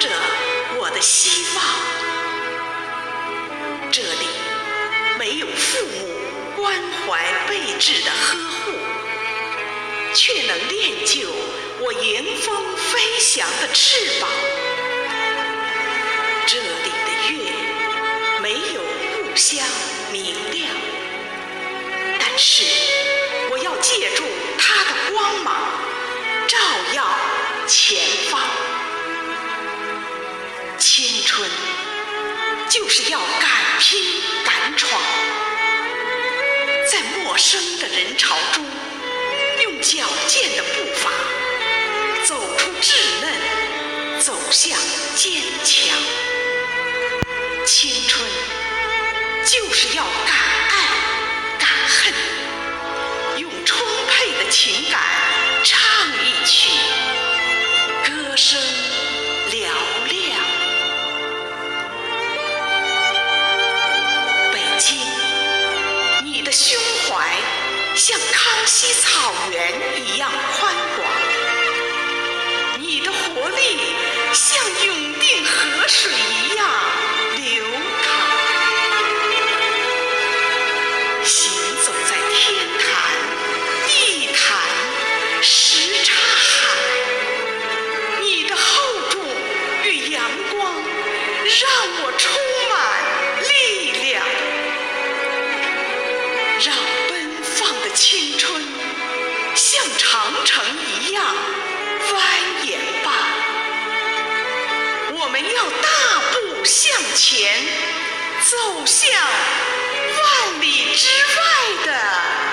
着我的希望。这里没有父母关怀备至的呵护，却能练就我迎风飞翔的翅膀。这里的月没有故乡明亮，但是我要借助它的光芒，照耀前方。青春就是要敢拼敢闯，在陌生的人潮中，用矫健的步伐走出稚嫩，走向坚强。青春就是要敢爱敢恨，用充沛的情感唱一曲，歌声嘹亮。北京，你的胸怀像康熙草原一样宽广，你的活力像永定河水一样流淌。行走在天坛、地坛、什刹海，你的厚重与阳光让我充满力量。让奔放的青春像长城一样蜿蜒吧，我们要大步向前，走向万里之外的